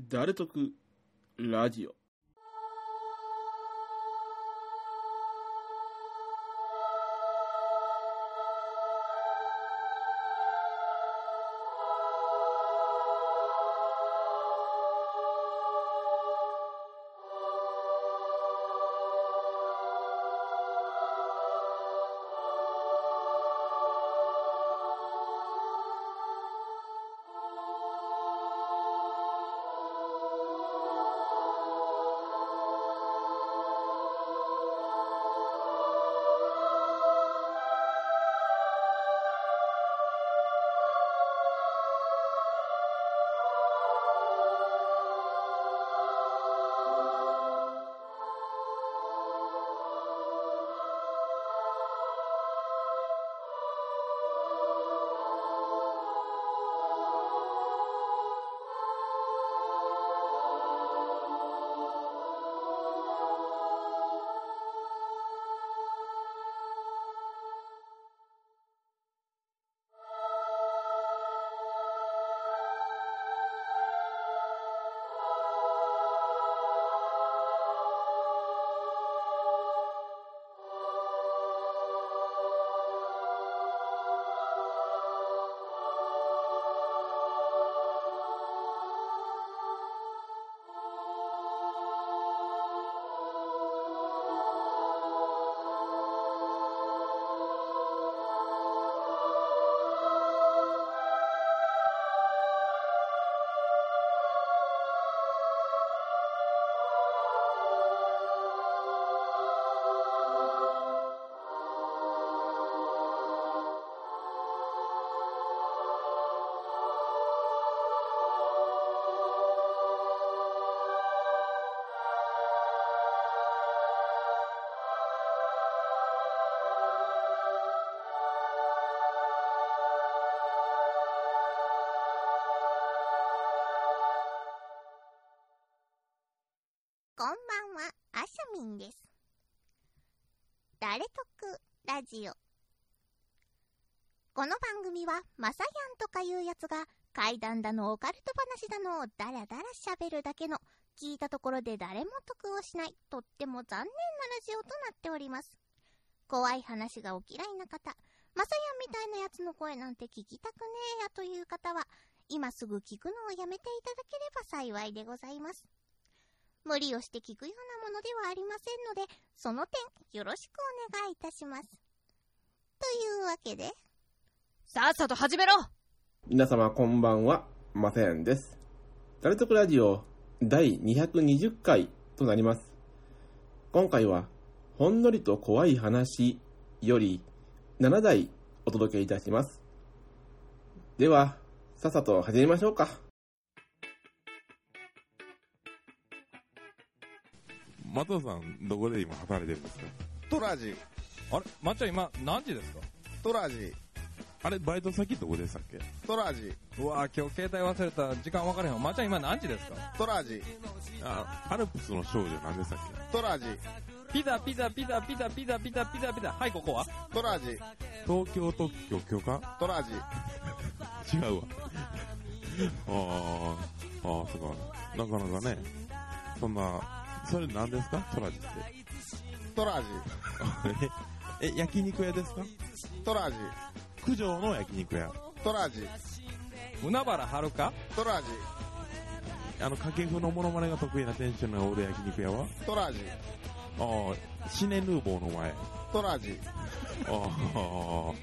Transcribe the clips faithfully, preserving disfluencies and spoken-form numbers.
誰得ラジオ。 こんばんは、あしゃみんです。誰得ラジオ。この番組はまさやんとかいうやつが怪談だのオカルト話だのをダラダラ喋るだけの、聞いたところで誰も得をしないとっても残念なラジオとなっております。怖い話がお嫌いな方、まさやんみたいなやつの声なんて聞きたくねえやという方は今すぐ聞くのをやめていただければ幸いでございます。無理をして聞くようなものではありませんので、その点よろしくお願いいたします。というわけで、 さっさと始めろ。 皆様こんばんは、まさやんです。誰得ラジオだいにひゃくにじゅっかいとなります。今回はほんのりと怖い話よりななだいお届けいたします。ではさっさと始めましょうか。 マトさん、どこで今働いてるんですか？ トラジ。 あれ、まっちゃん今何時ですか？ トラジ。 あれ、バイト先どこでしたっけ？ トラジ。 うわぁ、今日携帯忘れた。時間分からへんわ。まっちゃん今何時ですか？ トラジ。 あ、アルプスの少女何でしたっけ？ トラジ。 ピザピザピザピザピザピザピザピザ。はい、ここは？ トラジ。 東京特許許可？ トラジ。 違うわ。あー、あー、そうか。なかなかね、そんな、それ何ですか？トラジって。 トラジ。 え、え、焼肉屋ですか？ トラジ。 九条の焼肉屋。 トラジ。 海原はるか？ トラジ。 あの、掛布のモノマネが得意な店主の俺焼肉屋は？ トラジ。 ああ、シネヌーボーの前。 トラジ。 ああ。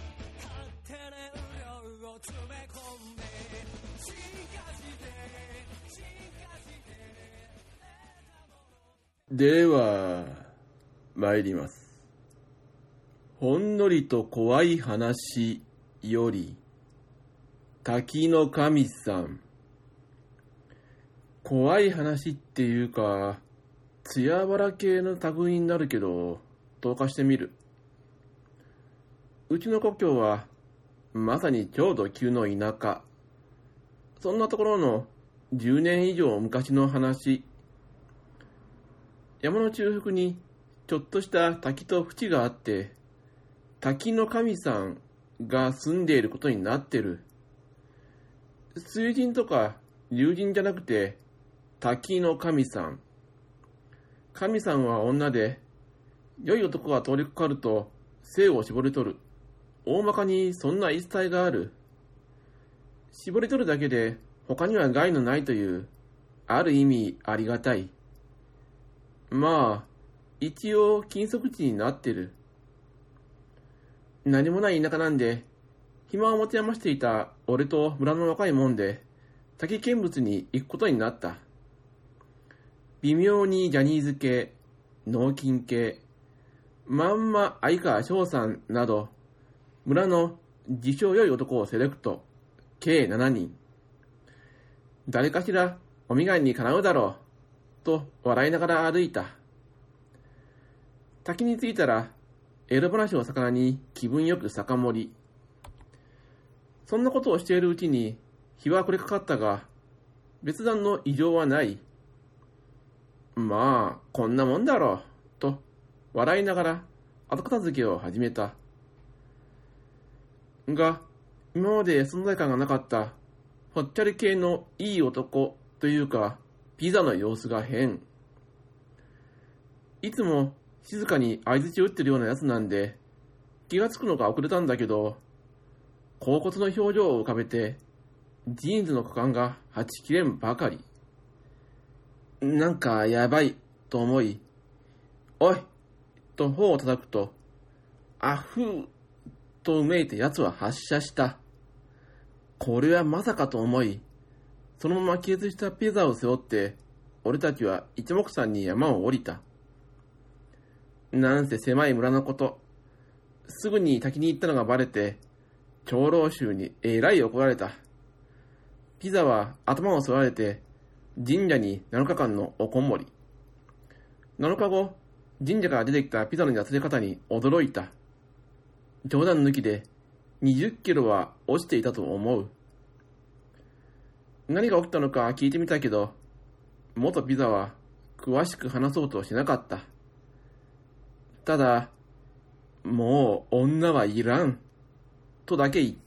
では参ります。ほんのりと怖い話より滝の神さん。怖い話っていうか艶原系の類になるけど、投下してみる。うちの故郷はまさにちょうど急の田舎。そんなところのじゅうねん以上昔の話。山の中腹にちょっとした滝と淵があって、滝の神さんが住んでいることになってる。水神とか竜神じゃなくて滝の神さん。神さんは女で、良い男が通りかかると性を絞り取る。大まかにそんな言い伝えがある。絞り取るだけで他には害のないという、ある意味ありがたい。まあ、一応禁足地になってる。何もない田舎なんで、暇を持て余していた俺と村の若いもんで、滝見物に行くことになった。微妙にジャニーズ系、脳筋系、まんま相川翔さんなど、村の自称良い男をセレクト、計しちにん。誰かしらおみがいにかなうだろう、と笑いながら歩いた。滝に着いたら、エロ話を魚に気分よく酒盛り。そんなことをしているうちに日は暮れかかったが、別段の異常はない。まあ、こんなもんだろう、と笑いながら後片付けを始めた。が、今まで存在感がなかったほっちゃり系のいい男というか、ピザの様子が変。いつも静かに相槌を打ってるようなやつなんで、気がつくのが遅れたんだけど、恍惚の表情を浮かべて、ジーンズの股間がはち切れんばかり。なんかやばいと思い、おいと頬を叩くと、あふーとうめいて奴は発射した。これはまさかと思い、そのまま消えずしたピザを背負って、俺たちは一目散に山を降りた。なんせ狭い村のこと、すぐに滝に行ったのがバレて、長老衆にえらい怒られた。ピザは頭を剃られて、神社になのかかんのおこもり。なのかご、神社から出てきたピザのやつれ方に驚いた。冗談抜きでにじゅっキロは落ちていたと思う。何が起きたのか聞いてみたけど、元ピザは詳しく話そうとしなかった。ただ、もう女はいらん、とだけ言った。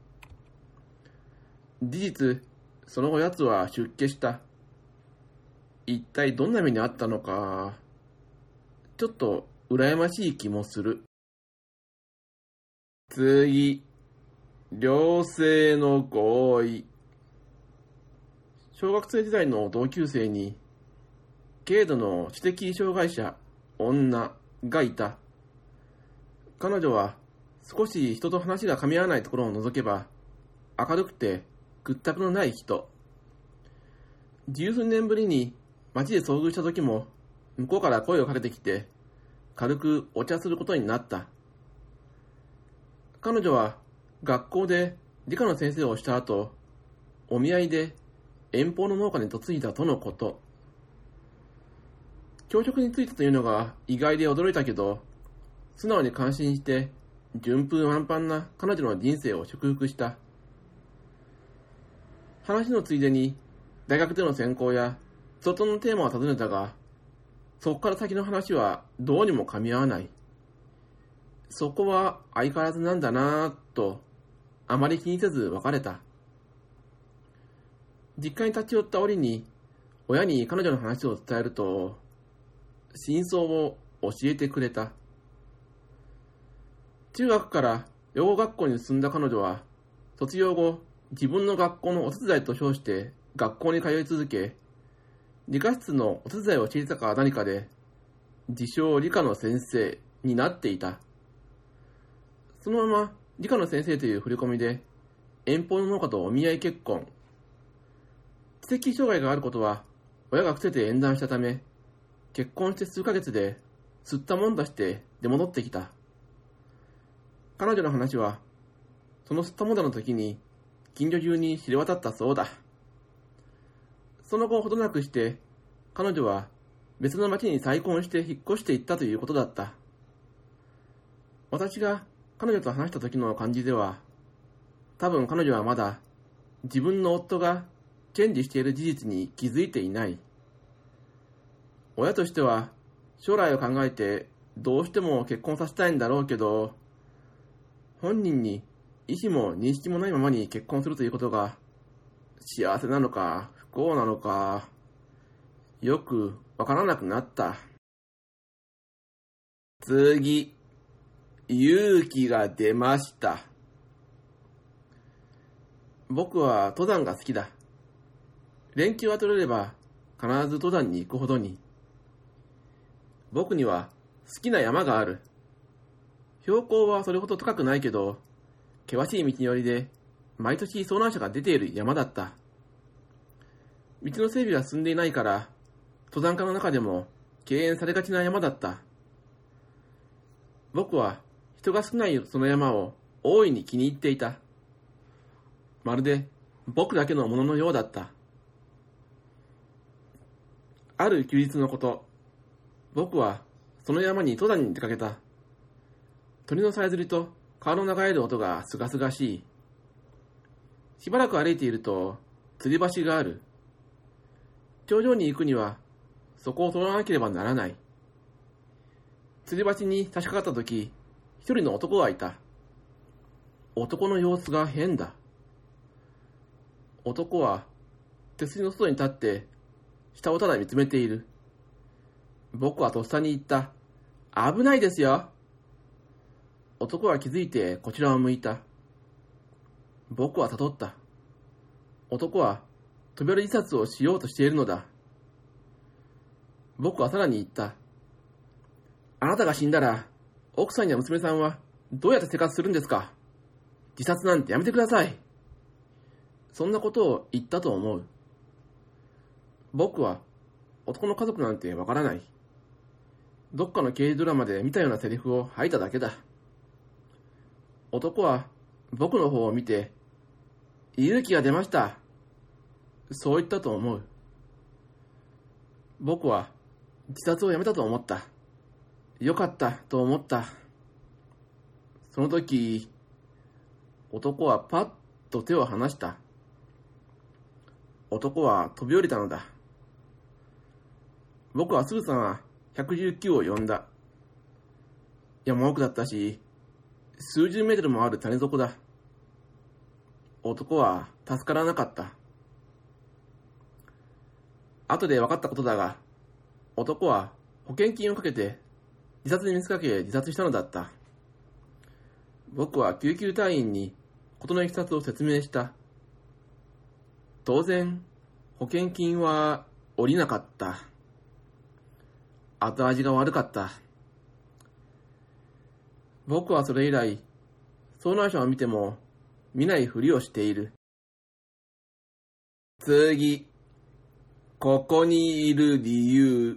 事実、その後奴は出家した。一体どんな目にあったのか、ちょっと羨ましい気もする。次、両性の合意。小学生時代の同級生に、軽度の知的障害者、女がいた。彼女は少し人と話が噛み合わないところを除けば、明るくて屈託のない人。十数年ぶりに街で遭遇した時も、向こうから声をかけてきて、軽くお茶することになった。彼女は学校で理科の先生をした後、お見合いで遠方の農家に嫁いだとのこと。教職に就いたというのが意外で驚いたけど、素直に感心して順風満帆な彼女の人生を祝福した。話のついでに大学での専攻や卒論のテーマを尋ねたが、そこから先の話はどうにも噛み合わない。そこは相変わらずなんだなぁと、あまり気にせず別れた。実家に立ち寄った折に、親に彼女の話を伝えると、真相を教えてくれた。中学から養護学校に進んだ彼女は、卒業後、自分の学校のお手伝いと称して学校に通い続け、理科室のお手伝いをしていたか何かで、自称理科の先生になっていた。そのまま理科の先生という振り込みで、遠方の農家とお見合い結婚。知的障害があることは、親が伏せて縁談したため、結婚して数ヶ月で、吸ったもんだして出戻ってきた。彼女の話は、その吸ったもんだの時に、近所中に知れ渡ったそうだ。その後ほどなくして、彼女は別の町に再婚して引っ越していったということだった。私が彼女と話した時の感じでは、多分彼女はまだ自分の夫がチェンジしている事実に気づいていない。親としては将来を考えてどうしても結婚させたいんだろうけど、本人に意思も認識もないままに結婚するということが幸せなのか不幸なのかよくわからなくなった。次、勇気が出ました。僕は登山が好きだ。連休が取れれば必ず登山に行くほどに。僕には好きな山がある。標高はそれほど高くないけど、険しい道のりで毎年遭難者が出ている山だった。道の整備が進んでいないから、登山家の中でも敬遠されがちな山だった。僕は人が少ないその山を大いに気に入っていた。まるで僕だけのもののようだった。ある休日のこと、僕はその山に登山に出かけた。鳥のさえずりと川の流れる音がすがすがしい。しばらく歩いていると吊り橋がある。頂上に行くにはそこを通らなければならない。吊り橋に差し掛かったとき、一人の男がいた。男の様子が変だ。男は手すりの外に立って下をただ見つめている。僕はとっさに言った。危ないですよ。男は気づいてこちらを向いた。僕は悟った。男は飛び降り自殺をしようとしているのだ。僕はさらに言った。あなたが死んだら、奥さんや娘さんはどうやって生活するんですか？自殺なんてやめてください。そんなことを言ったと思う。僕は男の家族なんてわからない。どっかの刑事ドラマで見たようなセリフを吐いただけだ。男は僕の方を見て、勇気が出ました。そう言ったと思う。僕は自殺をやめたと思った。よかったと思った。その時、男はパッと手を離した。男は飛び降りたのだ。僕はすぐさまひゃくじゅうきゅうを呼んだ。山奥だったし、数十メートルもある谷底だ。男は助からなかった。後で分かったことだが、男は保険金をかけて自殺に見せかけ自殺したのだった。僕は救急隊員に事のいきさつを説明した。当然、保険金は下りなかった。後味が悪かった。僕はそれ以来、遭難者を見ても見ないふりをしている。次、ここにいる理由。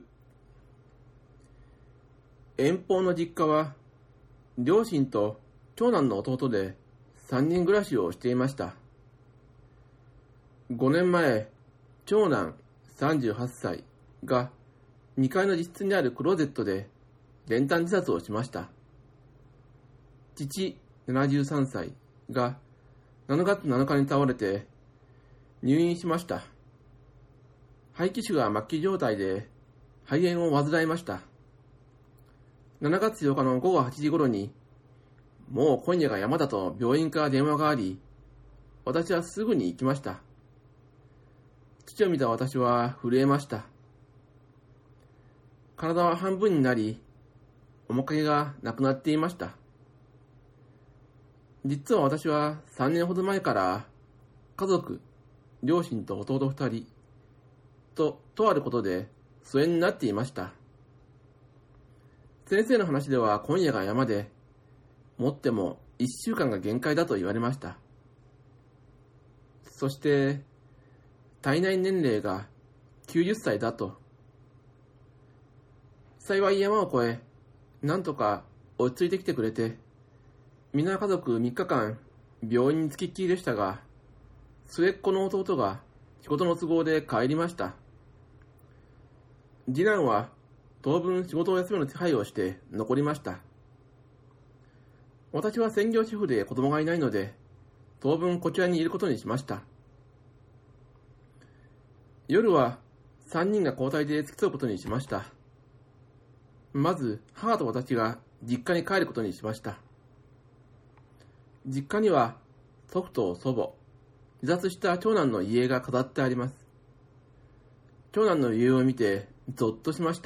遠方の実家は、両親と長男の弟で三人暮らしをしていました。ごねんまえ、長男さんじゅうはっさいがにかいの自室にあるクローゼットで練炭自殺をしました。父ななじゅうさんさいがしちがつなのかに倒れて入院しました。肺気腫が末期状態で肺炎を患いました。しちがつようかのごごはちじ頃に、もう今夜が山だと病院から電話があり、私はすぐに行きました。父を見た私は震えました。体は半分になり、面影がなくなっていました。実は私はさんねんほど前から家族、両親と弟二人ととあることで疎遠になっていました。先生の話では今夜が山で、もってもいっしゅうかんが限界だと言われました。そして体内年齢がきゅうじゅっさいだと。幸い山を越え、なんとか落ち着いてきてくれて、皆家族みっかかん病院につきっきりでしたが、末っ子の弟が仕事の都合で帰りました。次男は当分仕事を休むの手配をして残りました。私は専業主婦で子供がいないので、当分こちらにいることにしました。夜はさんにんが交代で付き添うことにしました。まず母と私が実家に帰ることにしました。実家には祖父と祖母、自殺した長男の遺影が飾ってあります。 長男の家を見てゾッとしました。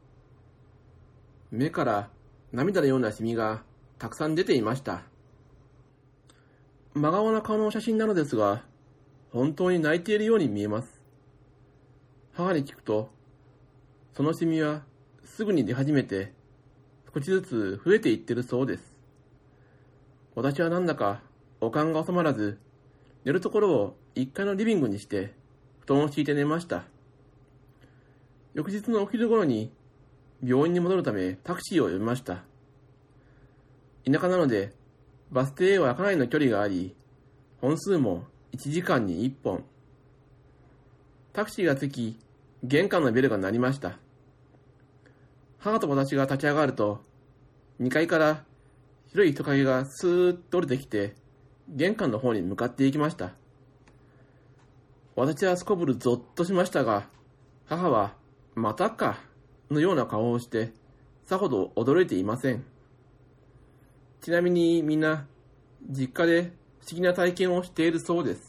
目から涙のようなシミがたくさん出ていました。真顔な顔の写真なのですが、本当に泣いているように見えます。母に聞くと、そのシミはすぐに出始めて、少しずつ増えていってるそうです。私はなんだかおかんが収まらず、寝るところをいっかいのリビングにして、布団を敷いて寝ました。翌日のお昼頃に病院に戻るためタクシーを呼びました。田舎なのでバス停へはかなりの距離があり、本数もいちじかんにいっぽん。タクシーが着き、玄関のベルが鳴りました。母と私が立ち上がると、にかいから白い人影がスーッと降りてきて、玄関の方に向かっていきました。私はすこぶるゾッとしましたが、母はまたかのような顔をして、さほど驚いていません。ちなみにみんな、実家で不思議な体験をしているそうです。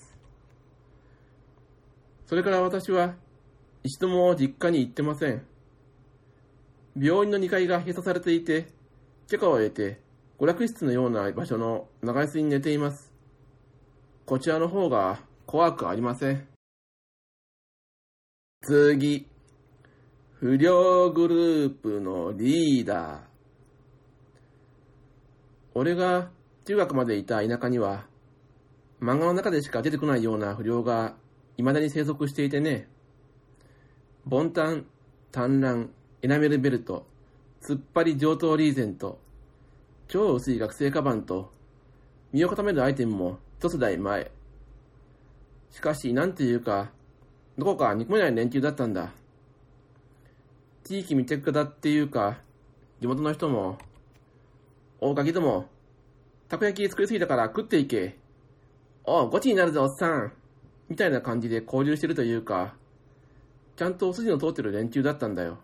それから私は、一度も実家に行ってません。病院のにかいが閉鎖されていて、許可を得て、娯楽室のような場所の長椅子に寝ています。こちらの方が怖くありません。次。不良グループのリーダー。俺が中学までいた田舎には、漫画の中でしか出てこないような不良が未だに生息していてね。ボンタン、単乱、エナメルベルト、突っ張り上等リーゼント、超薄い学生カバンと、身を固めるアイテムも一世代前。しかし、なんていうか、どこか憎めない連中だったんだ。地域密着型っていうか、地元の人も、おガキども、たこ焼き作りすぎたから食っていけ。おう、ゴチになるぞ、おっさん。みたいな感じで交流してるというか、ちゃんと筋の通ってる連中だったんだよ。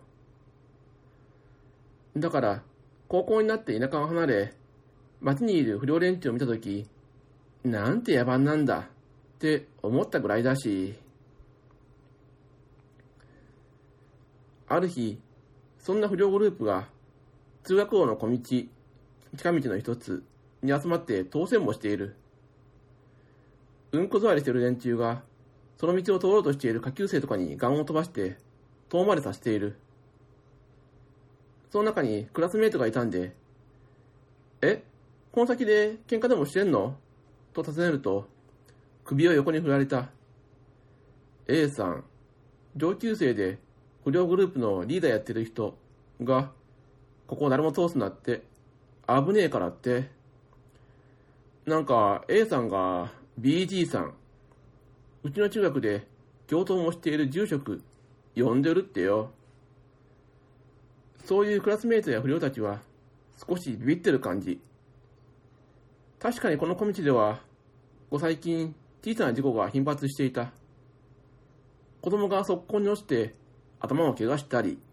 だから、高校になって田舎を離れ、町にいる不良連中を見たとき、なんて野蛮なんだって思ったぐらいだし、ある日、そんな不良グループが通学路の小道、近道の一つに集まって当選もしている。うんこ座りしている連中が、その道を通ろうとしている下級生とかにガンを飛ばして遠回りさせている。その中にクラスメイトがいたんで、え、この先で喧嘩でもしてんのと尋ねると、首を横に振られた。A さん、上級生で不良グループのリーダーやってる人が、ここを誰も通すなって、危ねえからって。なんか A さんが ビージー さん、うちの中学で教頭もしている住職、呼んでるってよ。そういうクラスメイトや不良たちは少しビビってる感じ。確かにこの小道では、ここ最近小さな事故が頻発していた。子供が側溝に落ちて頭を怪我したり。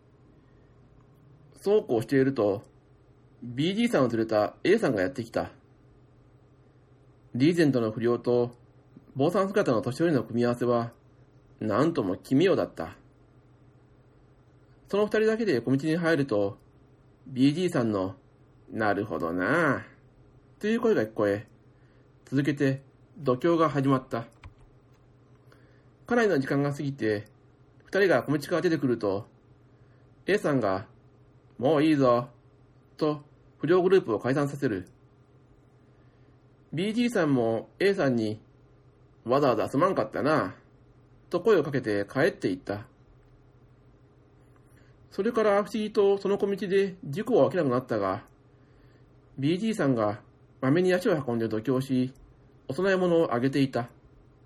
そうこうしていると、ビージー さんを連れた A さんがやってきた。リーゼントの不良と坊さん姿の年寄りの組み合わせは、なんとも奇妙だった。その二人だけで小道に入ると、ビージー さんの、なるほどなぁ、という声が聞こえ、続けて度胸が始まった。かなりの時間が過ぎて、二人が小道から出てくると、A さんが、もういいぞ、と不良グループを解散させる。ビージー さんも A さんに、わざわざすまんかったな、と声をかけて帰っていった。それから不思議とその小道で事故は起きなくなったが、ビージー さんがまめに足を運んで度胸し、お供え物をあげていた。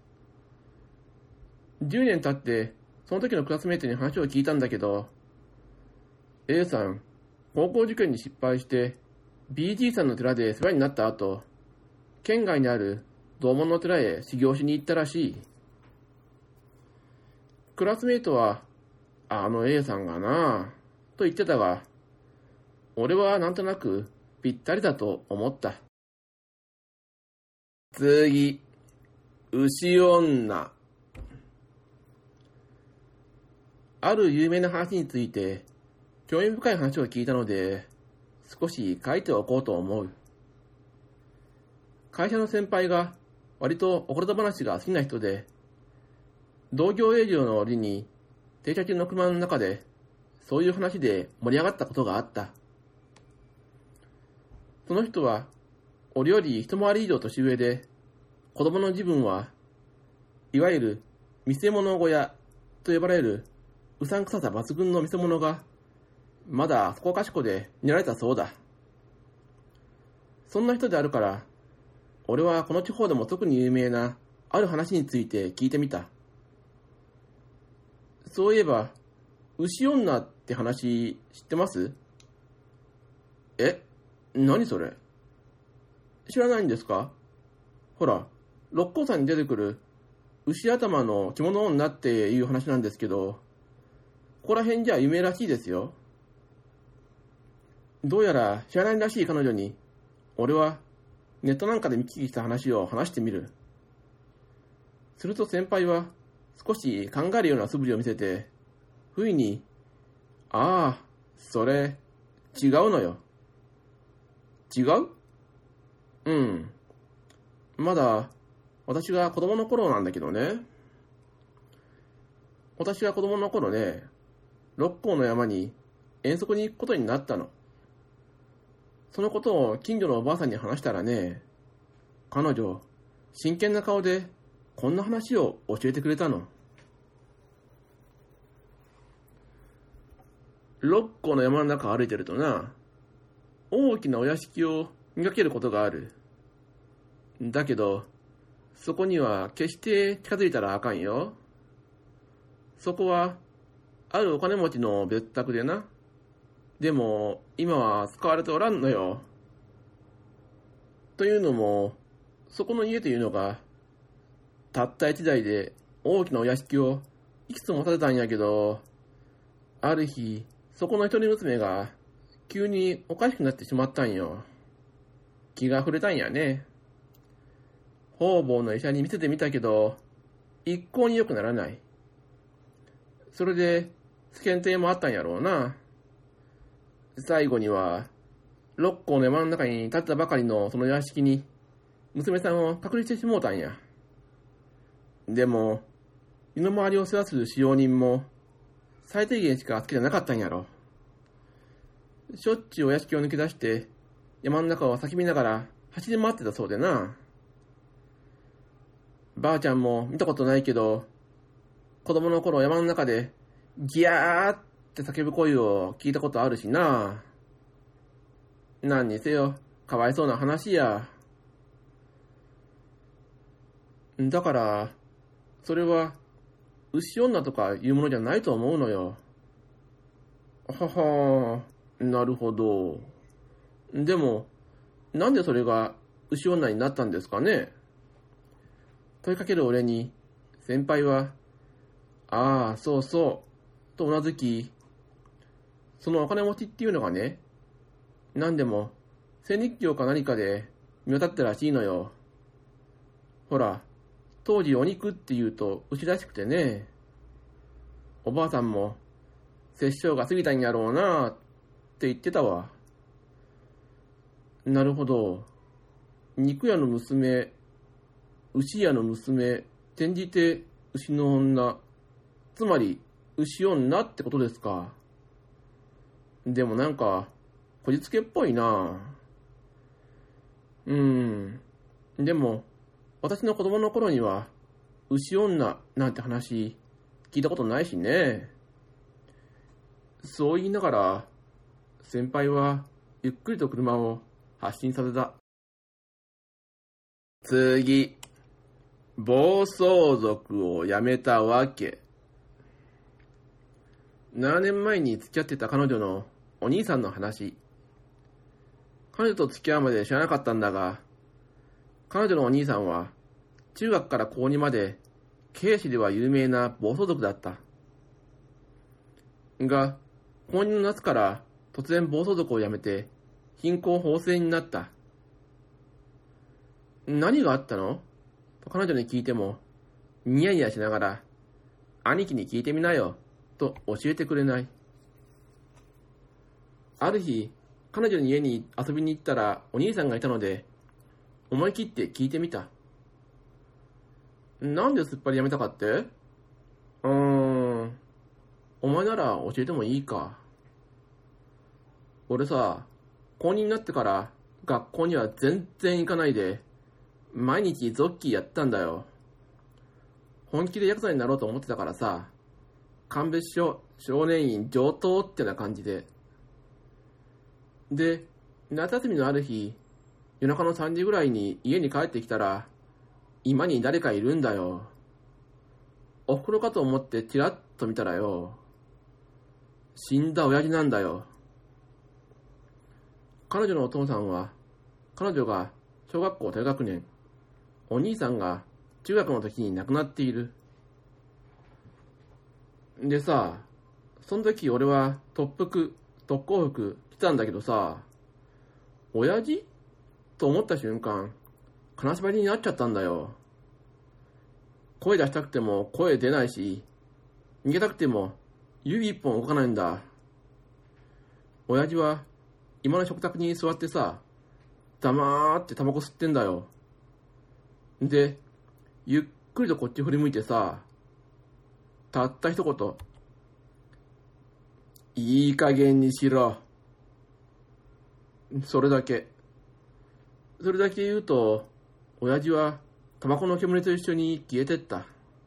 じゅうねん経って、その時のクラスメイトに話を聞いたんだけど、A さん、高校受験に失敗して、ビージー さんの寺で世話になった後、県外にある同門の寺へ修行しに行ったらしい。クラスメイトは、あの A さんがなぁ、と言ってたが、俺はなんとなくぴったりだと思った。次、牛女。 ある有名な話について興味深い話を聞いたので、少し書いておこうと思う。会社の先輩が割とおころと話が好きな人で、同業営業の折に停車中の車の中でそういう話で盛り上がったことがあった。その人は俺より一回り以上年上で、子供の自分はいわゆる見せ物小屋と呼ばれるうさんくささ抜群の見せ物がまだそこかしこで見られたそうだ。そんな人であるから、俺はこの地方でも特に有名なある話について聞いてみた。そういえば、牛女って話知ってます？え？何それ？知らないんですか？ほら、六甲山に出てくる牛頭の着物女っていう話なんですけど、ここら辺じゃ有名らしいですよ。どうやら知らないらしい彼女に、俺はネットなんかで見聞きした話を話してみる。すると先輩は少し考えるような素振りを見せて、不意に、ああ、それ、違うのよ。違う？うん。まだ、私が子供の頃なんだけどね。私が子供の頃ね、六甲の山に遠足に行くことになったの。そのことを近所のおばあさんに話したらね、彼女、真剣な顔でこんな話を教えてくれたの。六甲の山の中を歩いてるとな、大きなお屋敷を見かけることがある。だけど、そこには決して近づいたらあかんよ。そこは、あるお金持ちの別宅でな。でも、今は使われておらんのよ。というのも、そこの家というのが、たった一台で大きなお屋敷をいくつも建てたんやけど、ある日、そこの一人娘が急におかしくなってしまったんよ。気が触れたんやね。方々の医者に見せてみたけど、一向に良くならない。それで、世間体もあったんやろうな。最後には、六甲の山の中に建てたばかりのその屋敷に、娘さんを隔離してしもうたんや。でも、身の回りを世話する使用人も、最低限しかつけてなかったんやろ。しょっちゅうお屋敷を抜け出して、山の中を叫びながら走り回ってたそうでな。ばあちゃんも見たことないけど、子供の頃山の中で、ギャーって叫ぶ声を聞いたことあるしな。何にせよ、かわいそうな話や。だから、それは、牛女とかいうものじゃないと思うのよ。ははー、なるほど。でも、なんでそれが牛女になったんですかね？問いかける俺に、先輩は、ああ、そうそう、とうなずき、そのお金持ちっていうのがね、なんでも、精日教か何かで見渡ったらしいのよ。ほら、当時お肉って言うと牛らしくてね、おばあさんも、殺生が過ぎたんやろうなって言ってたわ。なるほど。肉屋の娘、牛屋の娘、転じて牛の女、つまり牛女ってことですか。でもなんか、こじつけっぽいな。うーん。でも、私の子供の頃には、牛女なんて話、聞いたことないしね。そう言いながら、先輩はゆっくりと車を発進させた。次、暴走族をやめたわけ。ななねんまえに付き合ってた彼女のお兄さんの話。彼女と付き合うまで知らなかったんだが、彼女のお兄さんは中学から高にまで警視では有名な暴走族だった。が、高にの夏から突然暴走族を辞めて貧困法制になった。何があったの？と彼女に聞いても、ニヤニヤしながら、兄貴に聞いてみなよ、 と教えてくれない。ある日、彼女の家に遊びに行ったらお兄さんがいたので、思い切って聞いてみた。なんですっぱりやめたかって？うーん、お前なら教えてもいいか。俺さ、高にになってから学校には全然行かないで、毎日ゾッキーやったんだよ。本気でヤクザになろうと思ってたからさ、鑑別所、少年院上等ってな感じで。で、夏休みのある日、夜中のさんじぐらいに家に帰ってきたら、居間に誰かいるんだよ。おふくろかと思ってチラッと見たらよ、死んだ親父なんだよ。彼女のお父さんは、彼女が小学校低学年、お兄さんが中学の時に亡くなっている。でさ、その時俺は特服、特攻服着たんだけどさ、親父と思った瞬間、金縛りになっちゃったんだよ。声出したくても声出ないし、逃げたくても指一本動かないんだ。親父は今の食卓に座ってさ、黙ってタバコ吸ってんだよ。で、ゆっくりとこっち振り向いてさ、たった一言、いい加減にしろ。それだけ。それだけ言うと、親父はタバコの煙と一緒に消えてった。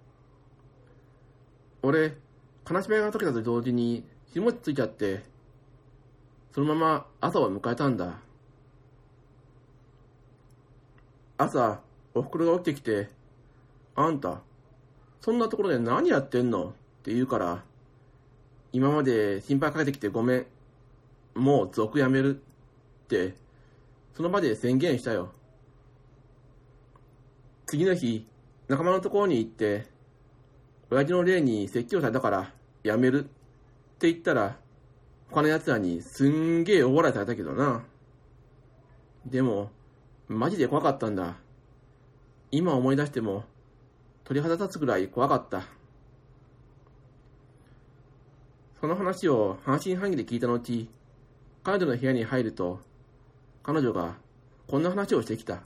俺、金縛りが解けたと同時に火持ちついちゃって、そのまま朝を迎えたんだ。朝、おふくろが起きてきて、あんた、そんなところで何やってんのって言うから、今まで心配かけてきてごめん。もう族やめるって、その場で宣言したよ。次の日、仲間のところに行って、親父の霊に説教されたからやめるって言ったら、他の奴らにすんげえ大笑いされたけどな。でも、マジで怖かったんだ。今思い出しても、鳥肌立つぐらい怖かった。その話を半信半疑で聞いた後、彼女の部屋に入ると、彼女がこんな話をしてきた。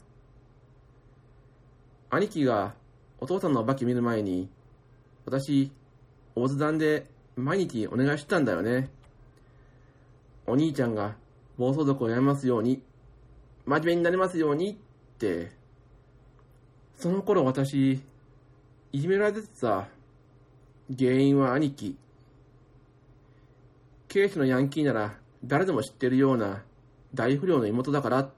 兄貴がお父さんのお化け見る前に、私、大津団で毎日お願いしてたんだよね。お兄ちゃんが暴走族をやめますように、真面目になりますようにって。その頃私、いじめられててさ、原因は兄貴。警視のヤンキーなら誰でも知ってるような大不良の妹だからって。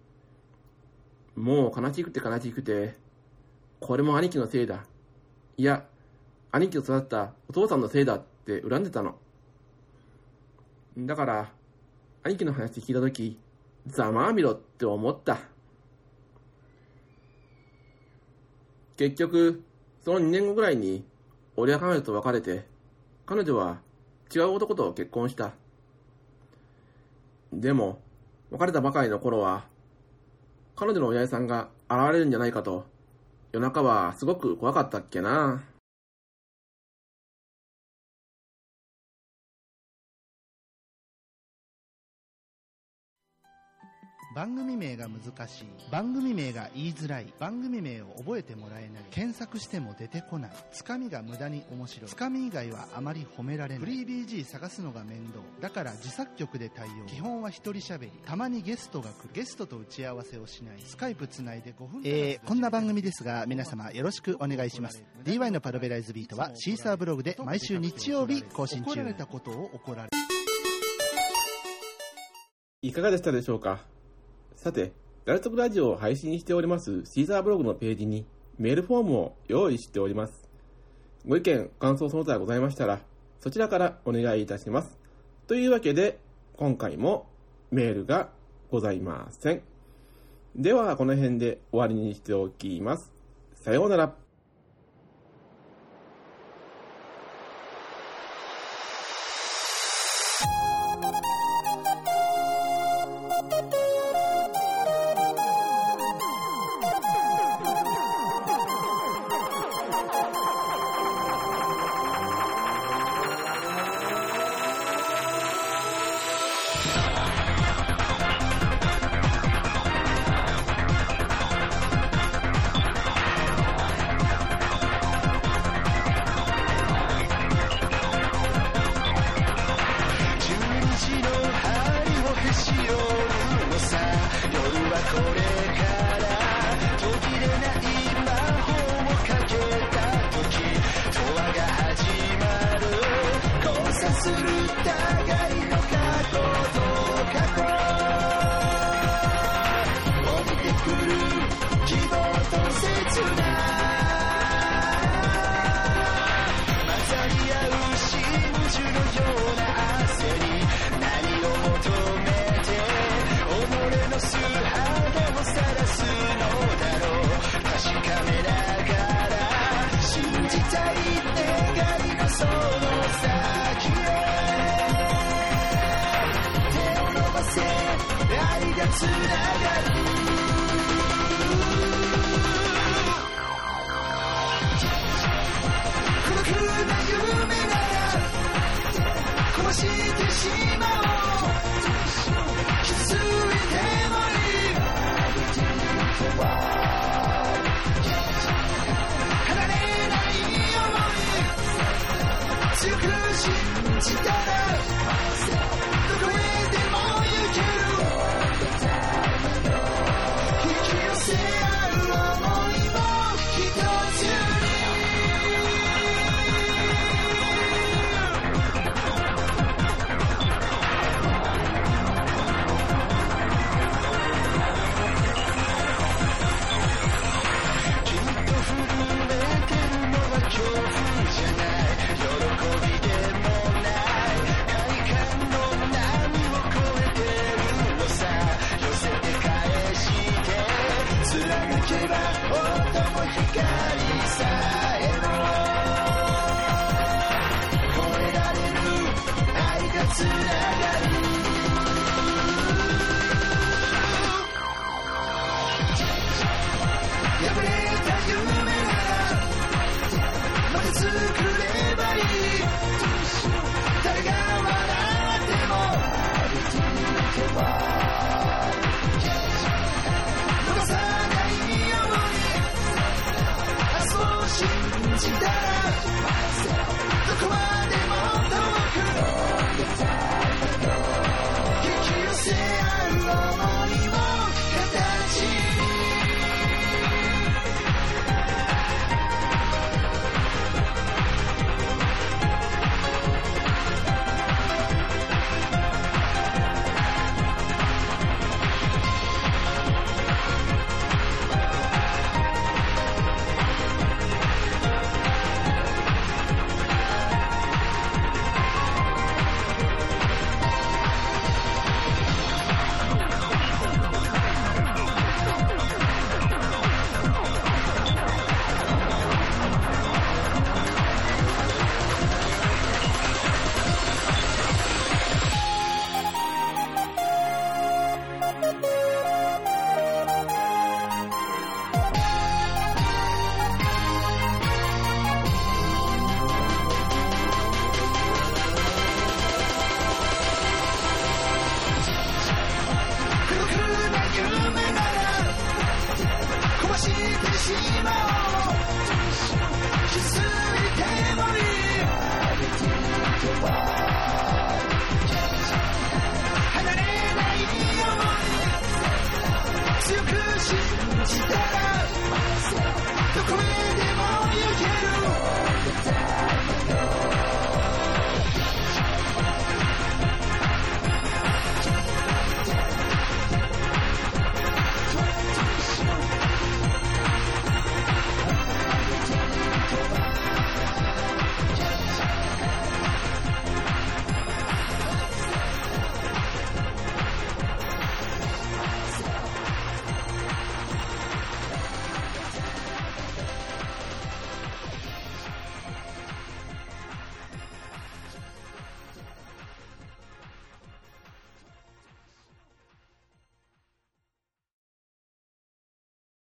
もう悲しくて悲しくて、これも兄貴のせいだ。いや、兄貴を育ったお父さんのせいだって恨んでたの。だから、兄貴の話聞いたとき、ざまあみろって思った。結局、そのにねんごぐらいに、俺は彼女と別れて、彼女は違う男と結婚した。でも、別れたばかりの頃は、彼女の親父さんが現れるんじゃないかと、夜中はすごく怖かったっけな。 番組名が難しい、番組名が言いづらい、番組名を覚えてもらえない、検索しても出てこない、つかみが無駄に面白い、つかみ以外はあまり褒められない、フリー ビージー 探すのが面倒、だから自作曲で対応、基本は一人喋り、たまにゲストが来る、ゲストと打ち合わせをしない、スカイプつないでごふん。えー、こんな番組ですが皆様よろしくお願いします。 ディーワイ のパルベライズビートはシーサーブログで毎週日曜日更新中。怒られたことを怒られいかがでしたでしょうか。さて、ダルトクラジオを配信しておりますシーザーブログのページにメールフォームを用意しております。ご意見、感想その他ございましたら、そちらからお願いいたします。というわけで、今回もメールがございません。では、この辺で終わりにしておきます。さようなら。 合う真珠のような汗に何を求めて己の素肌を晒すのだろう。確かめながら信じたい願いのその先へ手を伸ばせ愛がつながる。孤独な夢なら壊してしまおう。気づいてもいい離れない想い強く信じたらどこへでも行ける。引き寄せ合う想いも一つに恐怖じゃない喜びでもない快感の波を越えてるのさ。寄せて返して貫けば音も光さえも超えられる愛がつながる。破れた夢なら作ればいい。誰が笑っても逃さないように明日を信じたらどこまでも遠く引き寄せ合う想いを形にしてしまおう。気づいてもいい